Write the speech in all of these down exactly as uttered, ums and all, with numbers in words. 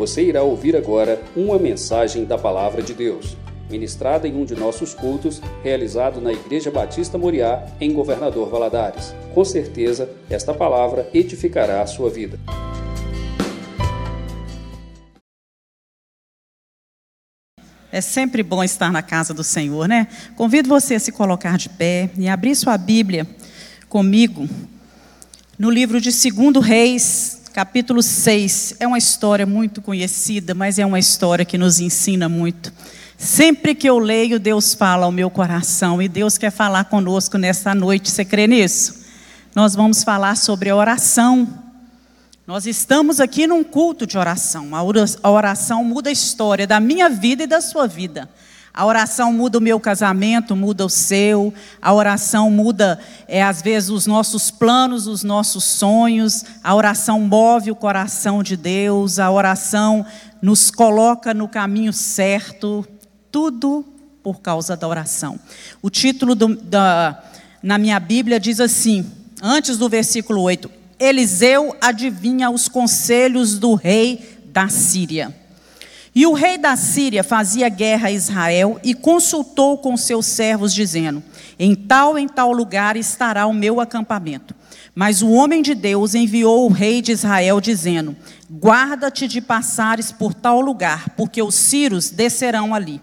Você irá ouvir agora uma mensagem da Palavra de Deus, ministrada em um de nossos cultos, realizado na Igreja Batista Moriá, em Governador Valadares. Com certeza, esta palavra edificará a sua vida. É sempre bom estar na casa do Senhor, né? Convido você a se colocar de pé e abrir sua Bíblia comigo no livro de Segundo Reis, capítulo seis. É uma história muito conhecida, mas é uma história que nos ensina muito. Sempre que eu leio, Deus fala ao meu coração e Deus quer falar conosco nesta noite. Você crê nisso? Nós vamos falar sobre a oração. Nós estamos aqui num culto de oração. A oração muda a história da minha vida e da sua vida. A oração muda o meu casamento, muda o seu. A oração muda, é, às vezes, os nossos planos, os nossos sonhos. A oração move o coração de Deus. A oração nos coloca no caminho certo. Tudo por causa da oração. O título do, da, na minha Bíblia diz assim, antes do versículo oito. Eliseu adivinha os conselhos do rei da Síria. E o rei da Síria fazia guerra a Israel e consultou com seus servos, dizendo, em tal em tal lugar estará o meu acampamento. Mas o homem de Deus enviou o rei de Israel, dizendo, guarda-te de passares por tal lugar, porque os sírios descerão ali.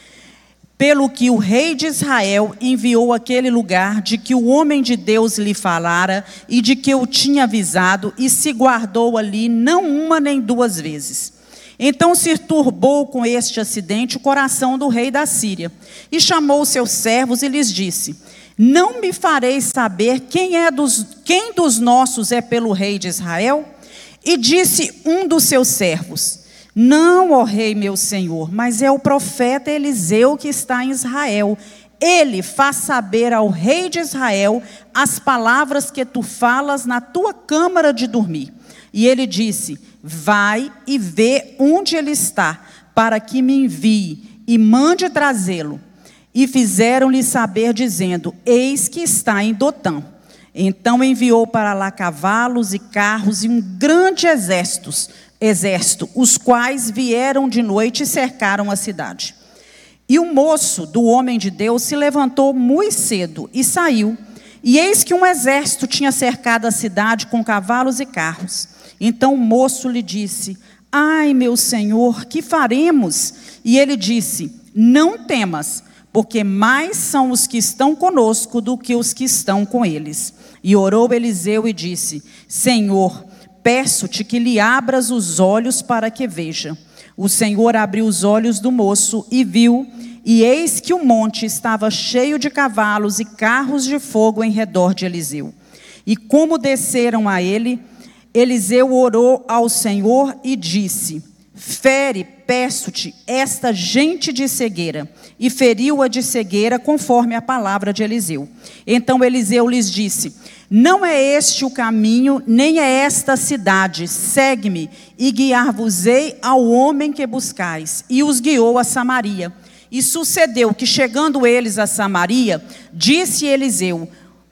Pelo que o rei de Israel enviou aquele lugar de que o homem de Deus lhe falara e de que eu tinha avisado, e se guardou ali não uma nem duas vezes. Então se turbou com este acidente o coração do rei da Síria, e chamou os seus servos e lhes disse, não me fareis saber quem, é dos, quem dos nossos é pelo rei de Israel? E disse um dos seus servos, não, ó rei meu senhor, mas é o profeta Eliseu que está em Israel. Ele faz saber ao rei de Israel as palavras que tu falas na tua câmara de dormir. E ele disse, vai e vê onde ele está, para que me envie e mande trazê-lo. E fizeram-lhe saber, dizendo, eis que está em Dotã. Então enviou para lá cavalos e carros e um grande exército, exército, os quais vieram de noite e cercaram a cidade. E o moço do homem de Deus se levantou muito cedo e saiu. E eis que um exército tinha cercado a cidade com cavalos e carros. Então o moço lhe disse, ai meu senhor, que faremos? E ele disse, não temas, porque mais são os que estão conosco do que os que estão com eles. E orou Eliseu e disse, Senhor, peço-te que lhe abras os olhos para que veja. O Senhor abriu os olhos do moço e viu, e eis que o monte estava cheio de cavalos e carros de fogo em redor de Eliseu. E como desceram a ele, Eliseu orou ao Senhor e disse, fere, peço-te, esta gente de cegueira. E feriu-a de cegueira, conforme a palavra de Eliseu. Então Eliseu lhes disse, não é este o caminho, nem é esta a cidade. Segue-me, e guiar-vos-ei ao homem que buscais. E os guiou a Samaria. E sucedeu que, chegando eles a Samaria, disse Eliseu,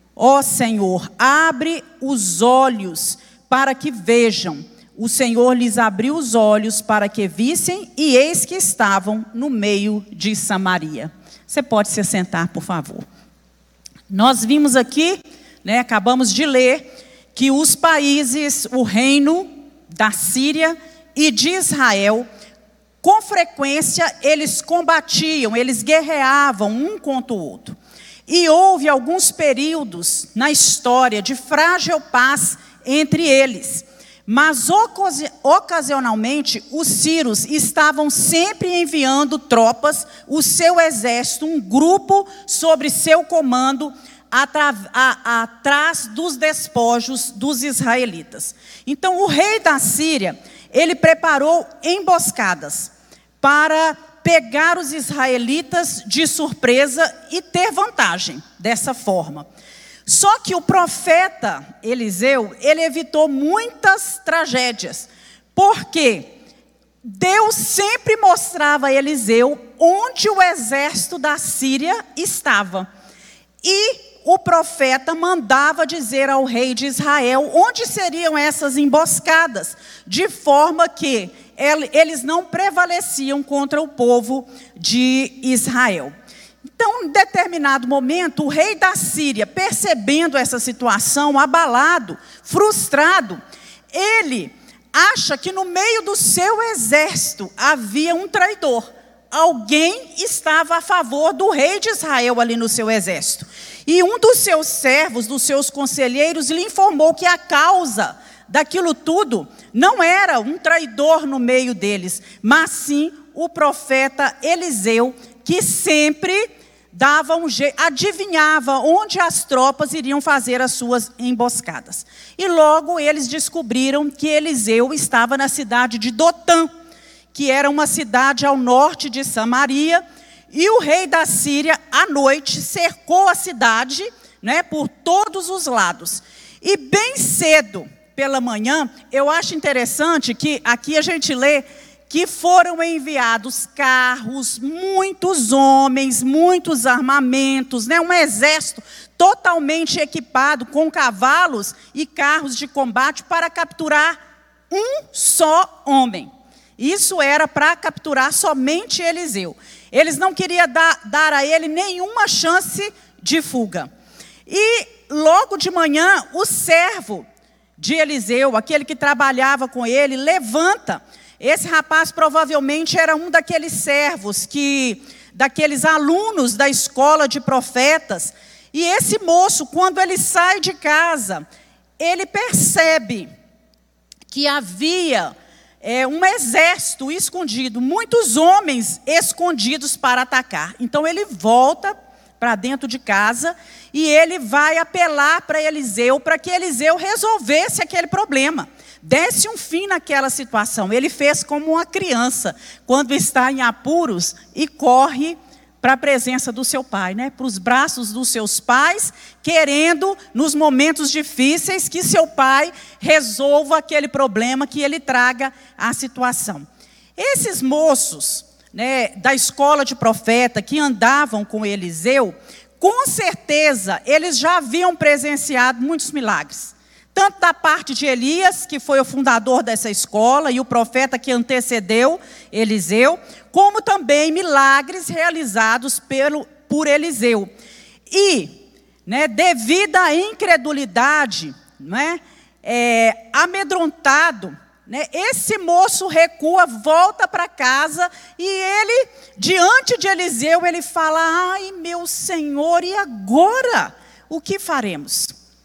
ó Senhor, abre os olhos para que vejam. O Senhor lhes abriu os olhos para que vissem, e eis que estavam no meio de Samaria. Você pode se sentar, por favor. Nós vimos aqui, né, acabamos de ler, que os países, o reino da Síria e de Israel, com frequência eles combatiam, eles guerreavam um contra o outro. E houve alguns períodos na história de frágil paz entre eles. Mas ocasionalmente os sírios estavam sempre enviando tropas, o seu exército, um grupo sobre seu comando, atra- a- atrás dos despojos dos israelitas. Então o rei da Síria, ele preparou emboscadas para pegar os israelitas de surpresa e ter vantagem dessa forma. Só que o profeta Eliseu, ele evitou muitas tragédias, porque Deus sempre mostrava a Eliseu onde o exército da Síria estava. E o profeta mandava dizer ao rei de Israel onde seriam essas emboscadas, de forma que eles não prevaleciam contra o povo de Israel. Então, em determinado momento, o rei da Síria, percebendo essa situação, abalado, frustrado, ele acha que no meio do seu exército havia um traidor. Alguém estava a favor do rei de Israel ali no seu exército. E um dos seus servos, dos seus conselheiros, lhe informou que a causa daquilo tudo não era um traidor no meio deles, mas sim o profeta Eliseu, que sempre dava um jeito, adivinhava onde as tropas iriam fazer as suas emboscadas. E logo eles descobriram que Eliseu estava na cidade de Dotã, que era uma cidade ao norte de Samaria, e o rei da Síria, à noite, cercou a cidade, né, por todos os lados. E bem cedo, pela manhã, eu acho interessante que aqui a gente lê que foram enviados carros, muitos homens, muitos armamentos, né, um exército totalmente equipado com cavalos e carros de combate para capturar um só homem. Isso era para capturar somente Eliseu. Eles não queriam dar, dar a ele nenhuma chance de fuga. E logo de manhã, o servo de Eliseu, aquele que trabalhava com ele, levanta. Esse rapaz provavelmente era um daqueles servos, que, daqueles alunos da escola de profetas. E esse moço, quando ele sai de casa, ele percebe que havia é, um exército escondido, muitos homens escondidos para atacar. Então ele volta para dentro de casa e ele vai apelar para Eliseu, para que Eliseu resolvesse aquele problema, desse um fim naquela situação. Ele fez como uma criança, quando está em apuros e corre para a presença do seu pai, né? Para os braços dos seus pais, querendo, nos momentos difíceis, que seu pai resolva aquele problema, que ele traga a situação. Esses moços, né, da escola de profeta, que andavam com Eliseu, com certeza, eles já haviam presenciado muitos milagres. Tanto da parte de Elias, que foi o fundador dessa escola, e o profeta que antecedeu Eliseu, como também milagres realizados pelo, por Eliseu. E, né, devido à incredulidade, né, é, amedrontado, né, esse moço recua, volta para casa, e ele, diante de Eliseu, ele fala: ai, meu Senhor, e agora? O que faremos?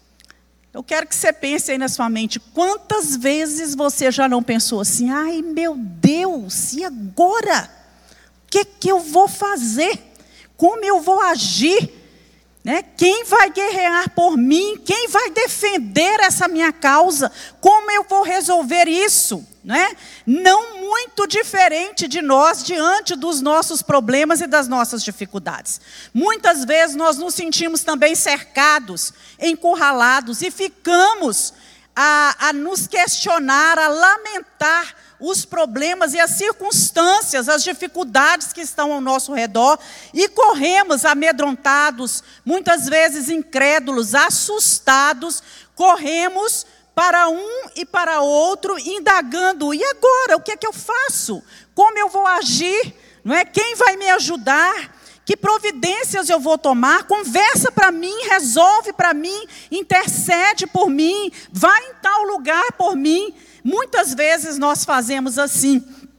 Eu quero que você pense aí na sua mente, quantas vezes você já não pensou assim: ai, meu Deus, e agora? O que, que eu vou fazer? Como eu vou agir? Né? Quem vai guerrear por mim? Quem vai defender essa minha causa? Como eu vou resolver isso? Né? Não muito diferente de nós diante dos nossos problemas e das nossas dificuldades. Muitas vezes nós nos sentimos também cercados, encurralados, e ficamos a, a nos questionar, a lamentar os problemas e as circunstâncias, as dificuldades que estão ao nosso redor, e corremos amedrontados, muitas vezes incrédulos, assustados, corremos para um e para outro, indagando: e agora? O que é que eu faço? Como eu vou agir? Não é? Quem vai me ajudar? Que providências eu vou tomar? Conversa para mim, resolve para mim, intercede por mim, vai em tal lugar por mim. Muitas vezes nós fazemos assim.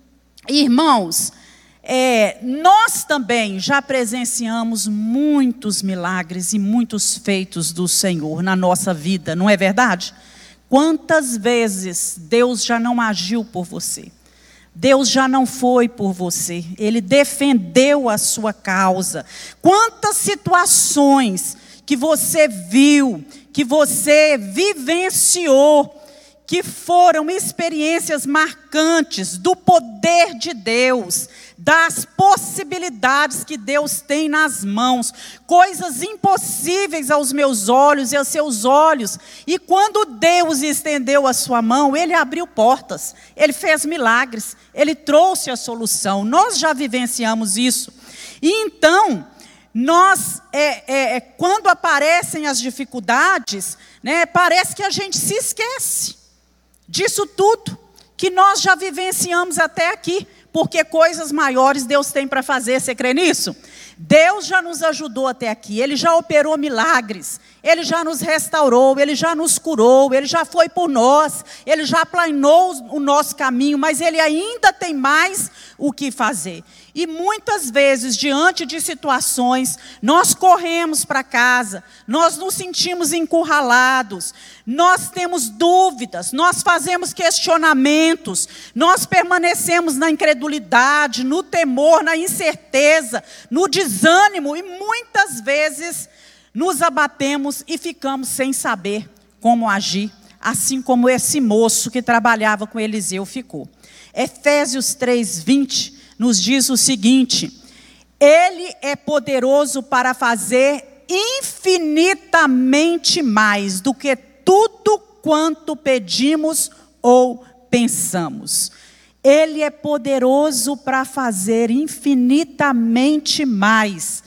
Irmãos, é, nós também já presenciamos muitos milagres e muitos feitos do Senhor na nossa vida, não é verdade? Quantas vezes Deus já não agiu por você? Deus já não foi por você, Ele defendeu a sua causa. Quantas situações que você viu, que você vivenciou, que foram experiências marcantes do poder de Deus, das possibilidades que Deus tem nas mãos, coisas impossíveis aos meus olhos e aos seus olhos. E quando Deus estendeu a sua mão, Ele abriu portas, Ele fez milagres, Ele trouxe a solução. Nós já vivenciamos isso. E então, nós, é, é, quando aparecem as dificuldades, né, parece que a gente se esquece disso tudo que nós já vivenciamos até aqui, porque coisas maiores Deus tem para fazer. Você crê nisso? Deus já nos ajudou até aqui, Ele já operou milagres, Ele já nos restaurou, Ele já nos curou, Ele já foi por nós, Ele já aplanou o nosso caminho, mas Ele ainda tem mais o que fazer. E muitas vezes, diante de situações, nós corremos para casa, nós nos sentimos encurralados, nós temos dúvidas, nós fazemos questionamentos, nós permanecemos na incredulidade, no temor, na incerteza, no desânimo, e muitas vezes nos abatemos e ficamos sem saber como agir, assim como esse moço que trabalhava com Eliseu ficou. Efésios três, vinte nos diz o seguinte: Ele é poderoso para fazer infinitamente mais do que tudo quanto pedimos ou pensamos. Ele é poderoso para fazer infinitamente mais,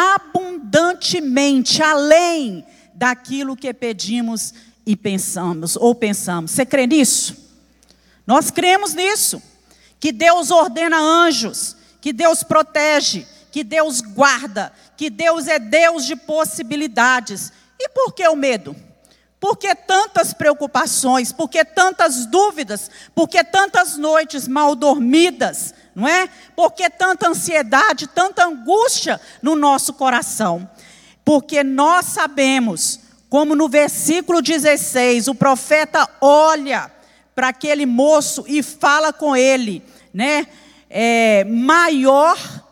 abundantemente, além daquilo que pedimos e pensamos, ou pensamos. Você crê nisso? Nós cremos nisso. Que Deus ordena anjos, que Deus protege, que Deus guarda, que Deus é Deus de possibilidades. E por que o medo? Por que tantas preocupações? Por que tantas dúvidas? Por que tantas noites mal dormidas? Não é? Por que tanta ansiedade, tanta angústia no nosso coração? Porque nós sabemos, como no versículo dezesseis, o profeta olha para aquele moço e fala com ele, né? É, maior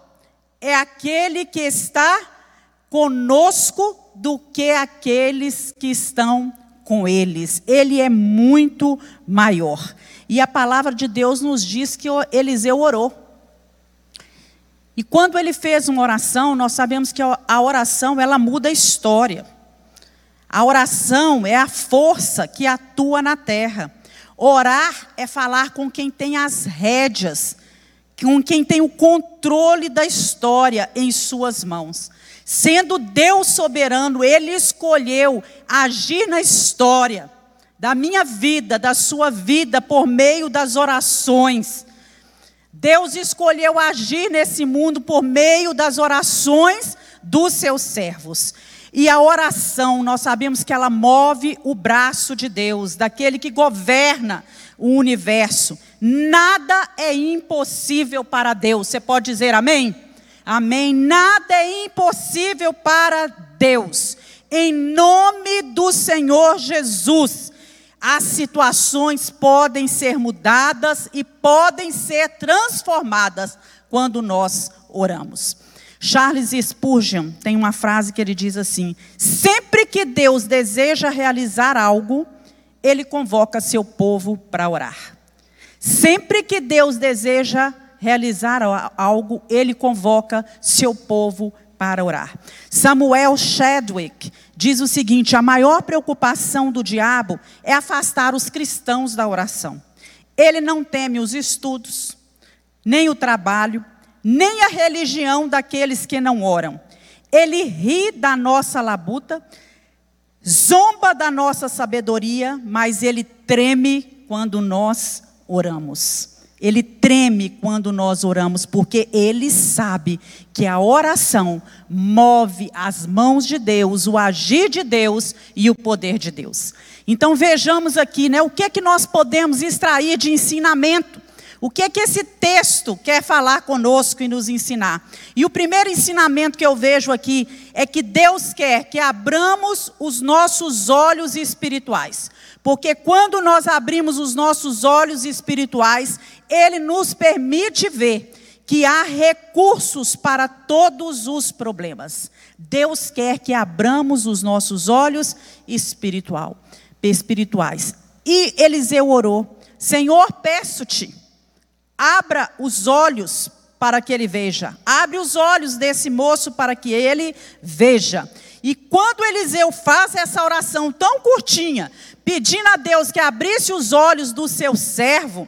é aquele que está conosco do que aqueles que estão com eles. Ele é muito maior. E a palavra de Deus nos diz que Eliseu orou. E quando ele fez uma oração, nós sabemos que a oração, ela muda a história. A oração é a força que atua na terra. Orar é falar com quem tem as rédeas, com quem tem o controle da história em suas mãos. Sendo Deus soberano, Ele escolheu agir na história da minha vida, da sua vida, por meio das orações. Deus escolheu agir nesse mundo por meio das orações dos seus servos. E a oração, nós sabemos que ela move o braço de Deus, daquele que governa o universo. Nada é impossível para Deus. Você pode dizer amém? Amém. Nada é impossível para Deus. Em nome do Senhor Jesus, as situações podem ser mudadas e podem ser transformadas quando nós oramos. Charles Spurgeon tem uma frase que ele diz assim: sempre que Deus deseja realizar algo, Ele convoca seu povo para orar. Sempre que Deus deseja realizar algo, Ele convoca seu povo para orar. Samuel Chadwick diz o seguinte: a maior preocupação do diabo é afastar os cristãos da oração. Ele não teme os estudos, nem o trabalho, nem a religião daqueles que não oram. Ele ri da nossa labuta, zomba da nossa sabedoria, mas Ele treme quando nós oramos. Ele treme quando nós oramos, porque Ele sabe que a oração move as mãos de Deus, o agir de Deus e o poder de Deus. Então vejamos aqui, né, o que é que nós podemos extrair de ensinamento. O que é que esse texto quer falar conosco e nos ensinar? E o primeiro ensinamento que eu vejo aqui é que Deus quer que abramos os nossos olhos espirituais. Porque quando nós abrimos os nossos olhos espirituais, Ele nos permite ver que há recursos para todos os problemas. Deus quer que abramos os nossos olhos espiritual, espirituais. E Eliseu orou: Senhor, peço-te, abra os olhos para que ele veja. Abre os olhos desse moço para que ele veja. E quando Eliseu faz essa oração tão curtinha, pedindo a Deus que abrisse os olhos do seu servo,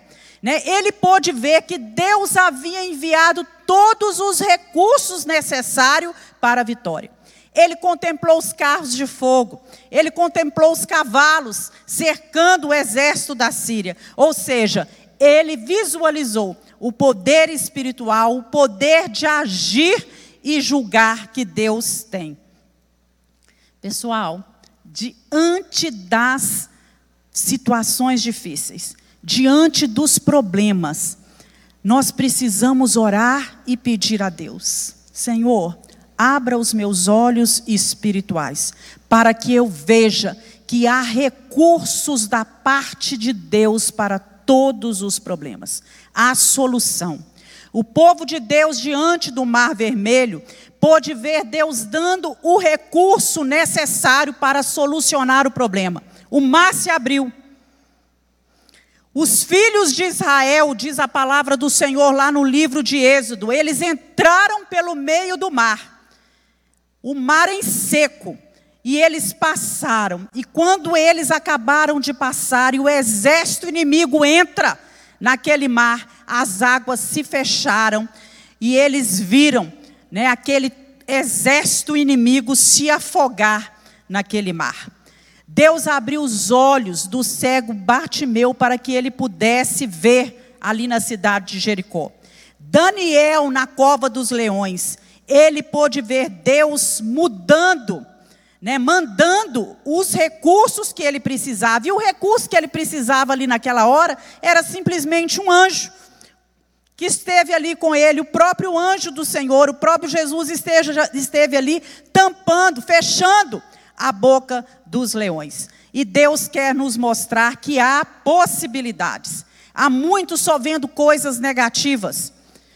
né, ele pôde ver que Deus havia enviado todos os recursos necessários para a vitória. Ele contemplou os carros de fogo, ele contemplou os cavalos cercando o exército da Síria. Ou seja, ele visualizou o poder espiritual, o poder de agir e julgar que Deus tem. Pessoal, diante das situações difíceis, diante dos problemas, nós precisamos orar e pedir a Deus: Senhor, abra os meus olhos espirituais, para que eu veja que há recursos da parte de Deus para todos os problemas. Há solução. O povo de Deus, diante do Mar Vermelho, pôde ver Deus dando o recurso necessário para solucionar o problema. O mar se abriu. Os filhos de Israel, diz a palavra do Senhor lá no livro de Êxodo, eles entraram pelo meio do mar. O mar em seco, e eles passaram. E quando eles acabaram de passar, e o exército inimigo entra naquele mar, as águas se fecharam, e eles viram, né, aquele exército inimigo se afogar naquele mar. Deus abriu os olhos do cego Bartimeu para que ele pudesse ver ali na cidade de Jericó. Daniel, na cova dos leões, ele pôde ver Deus mudando, né, mandando os recursos que ele precisava. E o recurso que ele precisava ali naquela hora era simplesmente um anjo que esteve ali com ele, o próprio anjo do Senhor, o próprio Jesus esteja, esteve ali tampando, fechando a boca dos leões. E Deus quer nos mostrar que há possibilidades. Há muitos só vendo coisas negativas,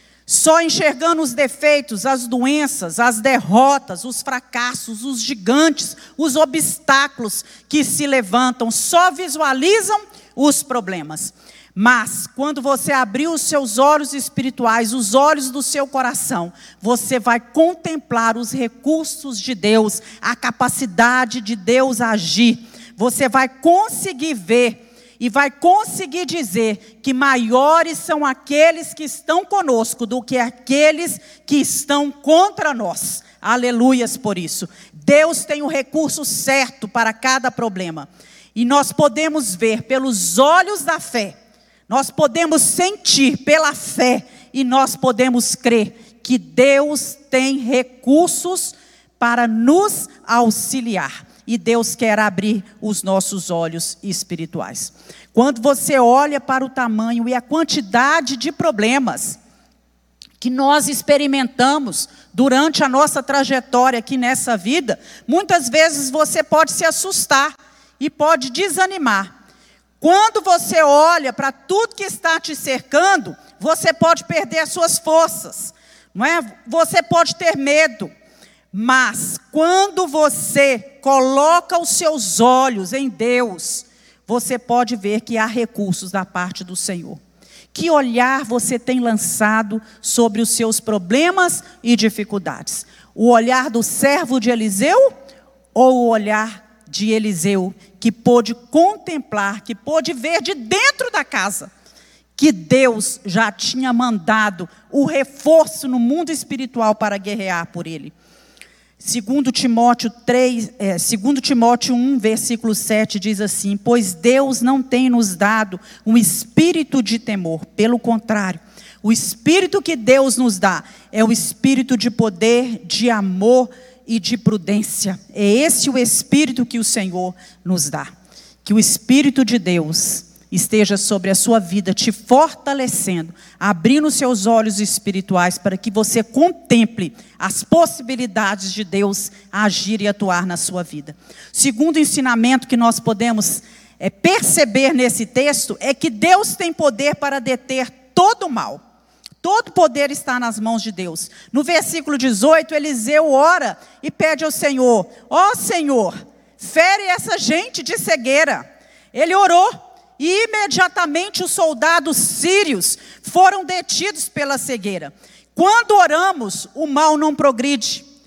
só enxergando os defeitos, as doenças, as derrotas, os fracassos, os gigantes, os obstáculos que se levantam, só visualizam os problemas. Mas, quando você abrir os seus olhos espirituais, os olhos do seu coração, você vai contemplar os recursos de Deus, a capacidade de Deus agir. Você vai conseguir ver e vai conseguir dizer que maiores são aqueles que estão conosco do que aqueles que estão contra nós. Aleluias por isso. Deus tem o recurso certo para cada problema. E nós podemos ver pelos olhos da fé, nós podemos sentir pela fé e nós podemos crer que Deus tem recursos para nos auxiliar. E Deus quer abrir os nossos olhos espirituais. Quando você olha para o tamanho e a quantidade de problemas que nós experimentamos durante a nossa trajetória aqui nessa vida, muitas vezes você pode se assustar e pode desanimar. Quando você olha para tudo que está te cercando, você pode perder as suas forças, não é? Você pode ter medo. Mas quando você coloca os seus olhos em Deus, você pode ver que há recursos da parte do Senhor. Que olhar você tem lançado sobre os seus problemas e dificuldades? O olhar do servo de Eliseu ou o olhar de Eliseu, que pôde contemplar, que pôde ver de dentro da casa, que Deus já tinha mandado o reforço no mundo espiritual para guerrear por ele? Segundo Timóteo três, é, segundo Timóteo um, versículo sete, diz assim: pois Deus não tem nos dado um espírito de temor, pelo contrário, o espírito que Deus nos dá é o espírito de poder, de amor e de prudência. É esse o espírito que o Senhor nos dá. Que o Espírito de Deus esteja sobre a sua vida, te fortalecendo, abrindo os seus olhos espirituais para que você contemple as possibilidades de Deus agir e atuar na sua vida. Segundo ensinamento que nós podemos é, perceber nesse texto é que Deus tem poder para deter todo o mal. Todo poder está nas mãos de Deus. No versículo dezoito, Eliseu ora e pede ao Senhor: ó Senhor, fere essa gente de cegueira. Ele orou. E imediatamente os soldados sírios foram detidos pela cegueira. Quando oramos, o mal não progride.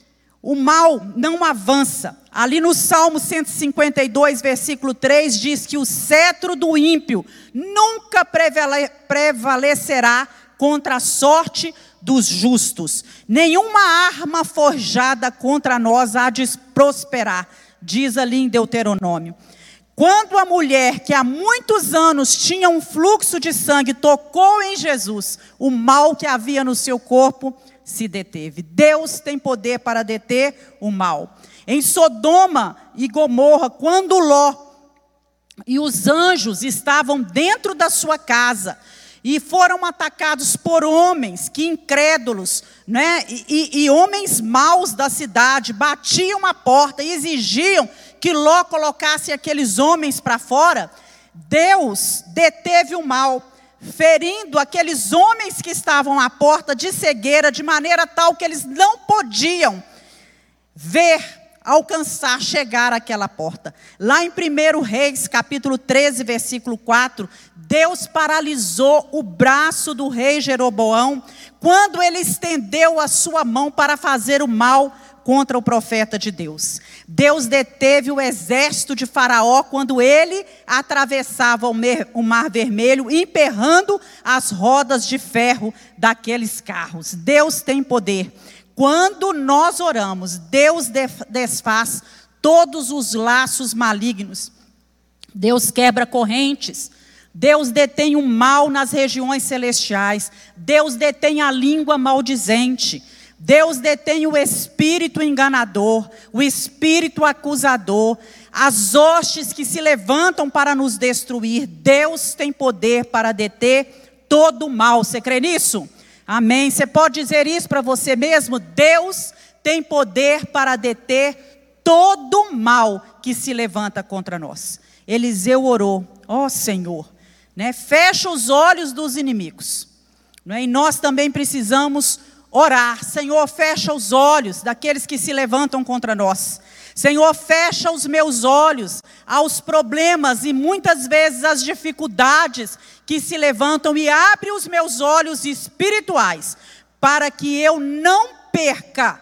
O mal não avança. Ali no Salmo cento e cinquenta e dois, versículo três, diz que o cetro do ímpio nunca prevale- prevalecerá contra a sorte dos justos. Nenhuma arma forjada contra nós há de prosperar, diz ali em Deuteronômio. Quando a mulher que há muitos anos tinha um fluxo de sangue tocou em Jesus, o mal que havia no seu corpo se deteve. Deus tem poder para deter o mal. Em Sodoma e Gomorra, quando Ló e os anjos estavam dentro da sua casa e foram atacados por homens que incrédulos, né, e, e, e homens maus da cidade, batiam a porta e exigiam que Ló colocasse aqueles homens para fora, Deus deteve o mal, ferindo aqueles homens que estavam à porta de cegueira, de maneira tal que eles não podiam ver, alcançar, chegar àquela porta. Lá em primeiro Reis, capítulo treze, versículo quatro, Deus paralisou o braço do rei Jeroboão, quando ele estendeu a sua mão para fazer o mal contra o profeta de Deus. Deus deteve o exército de Faraó quando ele atravessava o Mar Vermelho, emperrando as rodas de ferro daqueles carros. Deus tem poder. Quando nós oramos, Deus desfaz todos os laços malignos. Deus quebra correntes. Deus detém o mal nas regiões celestiais. Deus detém a língua maldizente. Deus detém o espírito enganador, o espírito acusador, as hostes que se levantam para nos destruir. Deus tem poder para deter todo o mal. Você crê nisso? Amém. Você pode dizer isso para você mesmo? Deus tem poder para deter todo o mal que se levanta contra nós. Eliseu orou, ó Senhor, né, fecha os olhos dos inimigos. Né, e nós também precisamos orar. Senhor, fecha os olhos daqueles que se levantam contra nós. Senhor, fecha os meus olhos aos problemas e muitas vezes às dificuldades que se levantam, e abre os meus olhos espirituais para que eu não perca,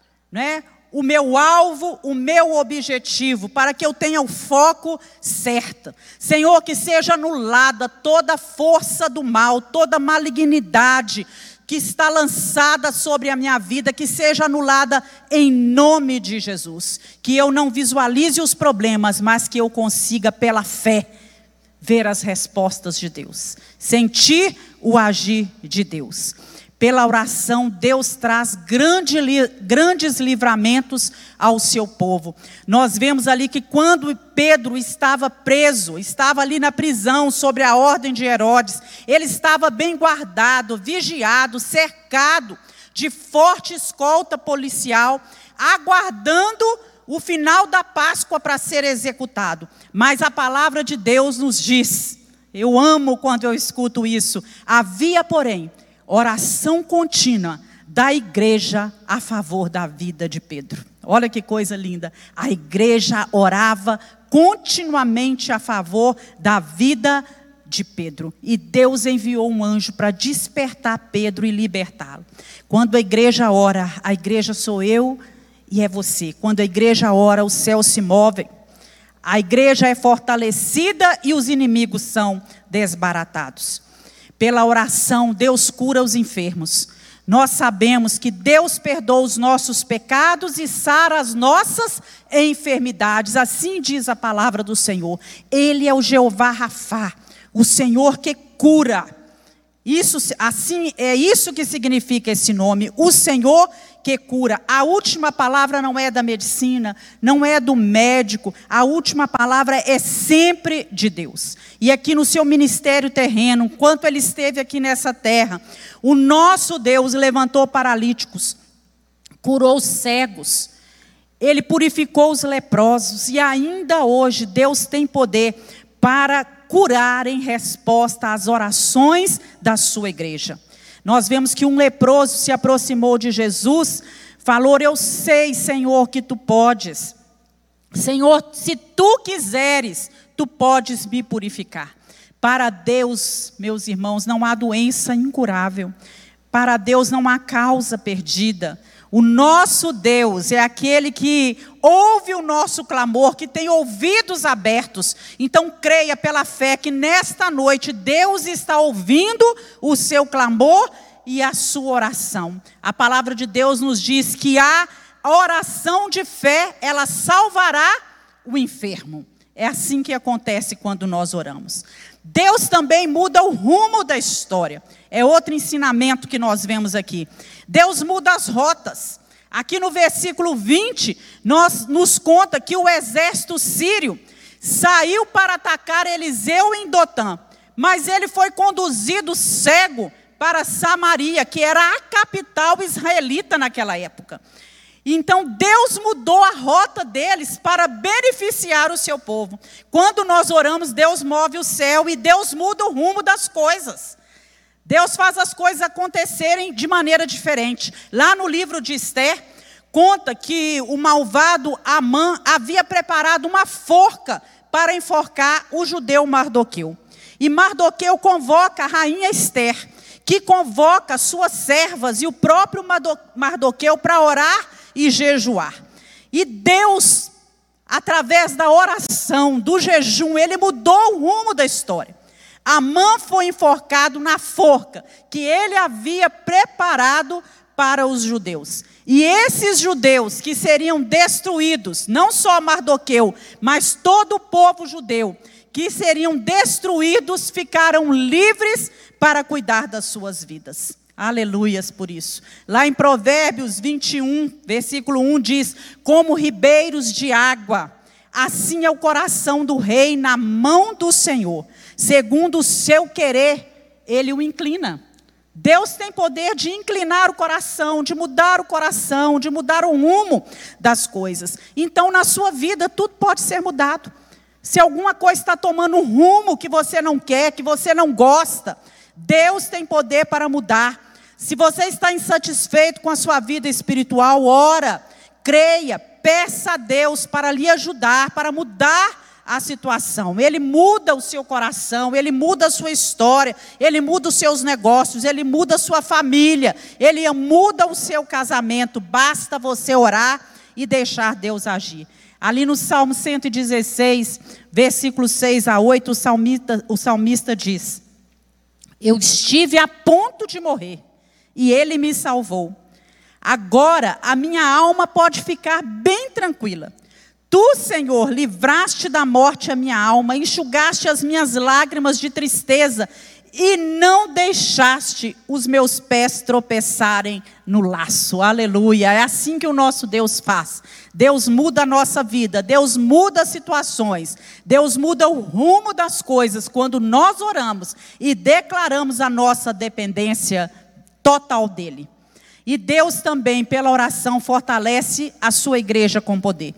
né, o meu alvo, o meu objetivo, para que eu tenha o foco certo. Senhor, que seja anulada toda força do mal, toda malignidade que está lançada sobre a minha vida, que seja anulada em nome de Jesus. Que eu não visualize os problemas, mas que eu consiga, pela fé, ver as respostas de Deus. Sentir o agir de Deus. Pela oração, Deus traz grande, grandes livramentos ao seu povo. Nós vemos ali que quando Pedro estava preso, estava ali na prisão, sob a ordem de Herodes, ele estava bem guardado, vigiado, cercado de forte escolta policial, aguardando o final da Páscoa para ser executado. Mas a palavra de Deus nos diz, eu amo quando eu escuto isso, havia, porém, oração contínua da igreja a favor da vida de Pedro. Olha que coisa linda. A igreja orava continuamente a favor da vida de Pedro. E Deus enviou um anjo para despertar Pedro e libertá-lo. Quando a igreja ora, a igreja sou eu e é você. Quando a igreja ora, os céus se movem. A igreja é fortalecida e os inimigos são desbaratados. Pela oração, Deus cura os enfermos. Nós sabemos que Deus perdoa os nossos pecados e sara as nossas enfermidades. Assim diz a palavra do Senhor. Ele é o Jeová Rafá, o Senhor que cura. Isso, assim, é isso que significa esse nome, o Senhor que cura. A última palavra não é da medicina, não é do médico, a última palavra é sempre de Deus. E aqui no seu ministério terreno, enquanto ele esteve aqui nessa terra, o nosso Deus levantou paralíticos, curou cegos, ele purificou os leprosos, e ainda hoje Deus tem poder para curar em resposta às orações da sua igreja. Nós vemos que um leproso se aproximou de Jesus, falou, eu sei, Senhor, que tu podes. Senhor, se tu quiseres, tu podes me purificar. Para Deus, meus irmãos, não há doença incurável. Para Deus não há causa perdida. O nosso Deus é aquele que ouve o nosso clamor, que tem ouvidos abertos. Então creia pela fé que nesta noite Deus está ouvindo o seu clamor e a sua oração. A palavra de Deus nos diz que a oração de fé, ela salvará o enfermo. É assim que acontece quando nós oramos. Deus também muda o rumo da história. É outro ensinamento que nós vemos aqui. Deus muda as rotas. Aqui no versículo vinte, nós, nos conta que o exército sírio saiu para atacar Eliseu em Dotã. Mas ele foi conduzido cego para Samaria, que era a capital israelita naquela época. Então Deus mudou a rota deles para beneficiar o seu povo. Quando nós oramos, Deus move o céu e Deus muda o rumo das coisas. Deus faz as coisas acontecerem de maneira diferente. Lá no livro de Esther, conta que o malvado Amã havia preparado uma forca para enforcar o judeu Mardoqueu. E Mardoqueu convoca a rainha Esther, que convoca suas servas e o próprio Mardoqueu para orar e jejuar. E Deus, através da oração, do jejum, ele mudou o rumo da história. Amã foi enforcado na forca que ele havia preparado para os judeus. E esses judeus que seriam destruídos, não só Mardoqueu, mas todo o povo judeu, que seriam destruídos, ficaram livres para cuidar das suas vidas. Aleluias por isso. Lá em Provérbios vinte e um, versículo um diz: como ribeiros de água, assim é o coração do rei na mão do Senhor. Segundo o seu querer, ele o inclina. Deus tem poder de inclinar o coração, de mudar o coração, de mudar o rumo das coisas. Então, na sua vida, tudo pode ser mudado. Se alguma coisa está tomando um rumo que você não quer, que você não gosta, Deus tem poder para mudar. Se você está insatisfeito com a sua vida espiritual, ora, creia, peça a Deus para lhe ajudar, para mudar a situação. Ele muda o seu coração, ele muda a sua história, ele muda os seus negócios, ele muda a sua família, ele muda o seu casamento. Basta você orar e deixar Deus agir. Ali no Salmo cento e dezesseis, versículos seis a oito, o salmista, o salmista diz: eu estive a ponto de morrer, e ele me salvou. Agora a minha alma pode ficar bem tranquila. Tu, Senhor, livraste da morte a minha alma, enxugaste as minhas lágrimas de tristeza, e não deixaste os meus pés tropeçarem no laço. Aleluia. É assim que o nosso Deus faz. Deus muda a nossa vida, Deus muda as situações, Deus muda o rumo das coisas quando nós oramos e declaramos a nossa dependência total dele. E Deus também, pela oração, fortalece a sua igreja com poder.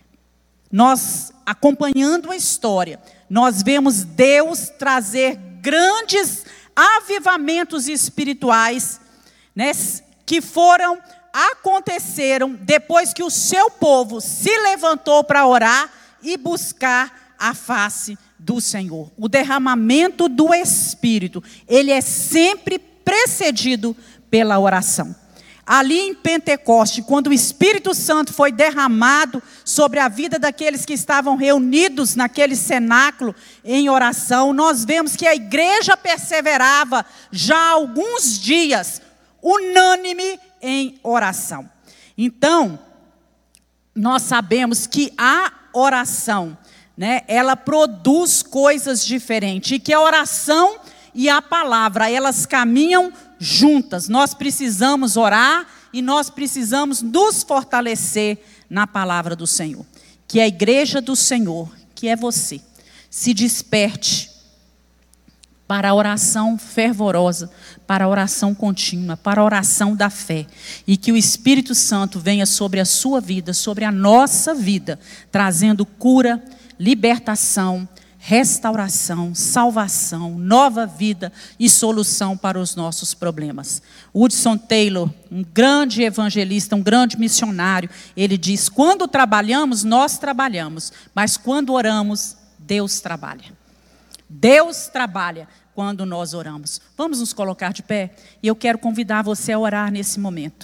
Nós, acompanhando a história, nós vemos Deus trazer grandes avivamentos espirituais, né, que foram, aconteceram depois que o seu povo se levantou para orar e buscar a face do Senhor. O derramamento do Espírito, ele é sempre precedido pela oração. Ali em Pentecoste, quando o Espírito Santo foi derramado sobre a vida daqueles que estavam reunidos naquele cenáculo em oração, nós vemos que a igreja perseverava já há alguns dias, unânime em oração. Então, nós sabemos que a oração, né, ela produz coisas diferentes, e que a oração e a palavra, elas caminham juntas. Nós precisamos orar e nós precisamos nos fortalecer na palavra do Senhor. Que a igreja do Senhor, que é você, se desperte para a oração fervorosa, para a oração contínua, para a oração da fé. E que o Espírito Santo venha sobre a sua vida, sobre a nossa vida, trazendo cura, libertação, restauração, salvação, nova vida e solução para os nossos problemas. Hudson Taylor, um grande evangelista, um grande missionário, ele diz: quando trabalhamos, nós trabalhamos, mas quando oramos, Deus trabalha. Deus trabalha quando nós oramos. Vamos nos colocar de pé? E eu quero convidar você a orar nesse momento.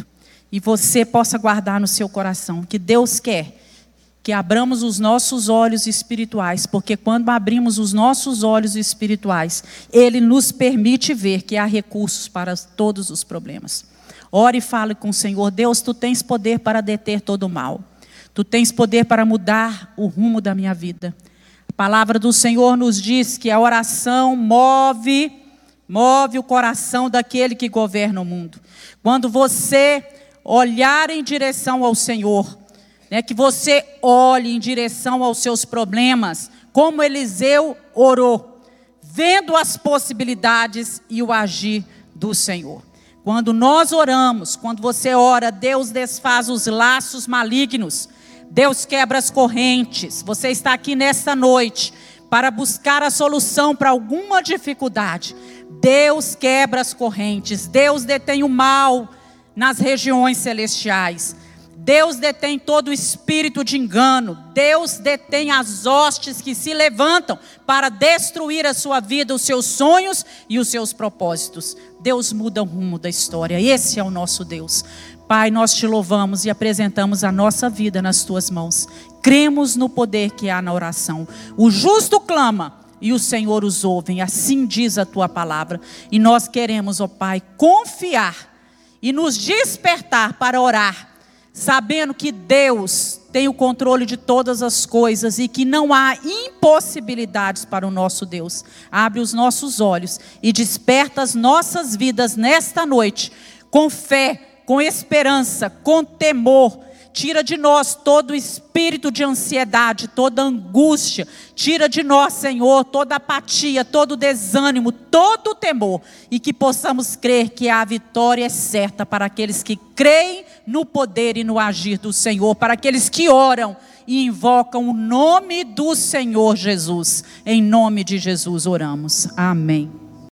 e você possa guardar no seu coração que Deus quer que abramos os nossos olhos espirituais, porque quando abrimos os nossos olhos espirituais, Ele nos permite ver que há recursos para todos os problemas. Ore e fale com o Senhor: Deus, Tu tens poder para deter todo o mal. Tu tens poder para mudar o rumo da minha vida. A palavra do Senhor nos diz que a oração move, move o coração daquele que governa o mundo. Quando você olhar em direção ao Senhor, né, que você olhe em direção aos seus problemas, como Eliseu orou, vendo as possibilidades e o agir do Senhor. Quando nós oramos, quando você ora, Deus desfaz os laços malignos, Deus quebra as correntes. Você está aqui nesta noite para buscar a solução para alguma dificuldade. Deus quebra as correntes, Deus detém o mal nas regiões celestiais. Deus detém todo o espírito de engano. Deus detém as hostes que se levantam para destruir a sua vida, os seus sonhos e os seus propósitos. Deus muda o rumo da história. Esse é o nosso Deus. Pai, nós te louvamos e apresentamos a nossa vida nas tuas mãos. Cremos no poder que há na oração. O justo clama e o Senhor os ouve. Assim diz a tua palavra. E nós queremos, ó Pai, confiar e nos despertar para orar, sabendo que Deus tem o controle de todas as coisas e que não há impossibilidades para o nosso Deus. Abre os nossos olhos e desperta as nossas vidas nesta noite, com fé, com esperança, com temor. Tira de nós todo o espírito de ansiedade, toda angústia. Tira de nós, Senhor, toda apatia, todo desânimo, todo temor. E que possamos crer que a vitória é certa para aqueles que creem no poder e no agir do Senhor. Para aqueles que oram e invocam o nome do Senhor Jesus. Em nome de Jesus oramos. Amém.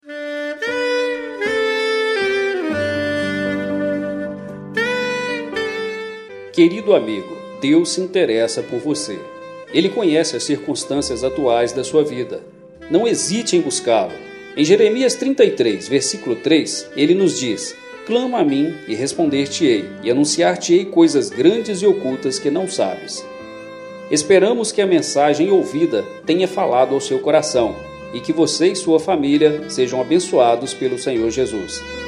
Querido amigo, Deus se interessa por você. Ele conhece as circunstâncias atuais da sua vida. Não hesite em buscá-lo. Em Jeremias trinta e três, versículo três, ele nos diz: clama a mim e responder-te-ei, e anunciar-te-ei coisas grandes e ocultas que não sabes. Esperamos que a mensagem ouvida tenha falado ao seu coração e que você e sua família sejam abençoados pelo Senhor Jesus.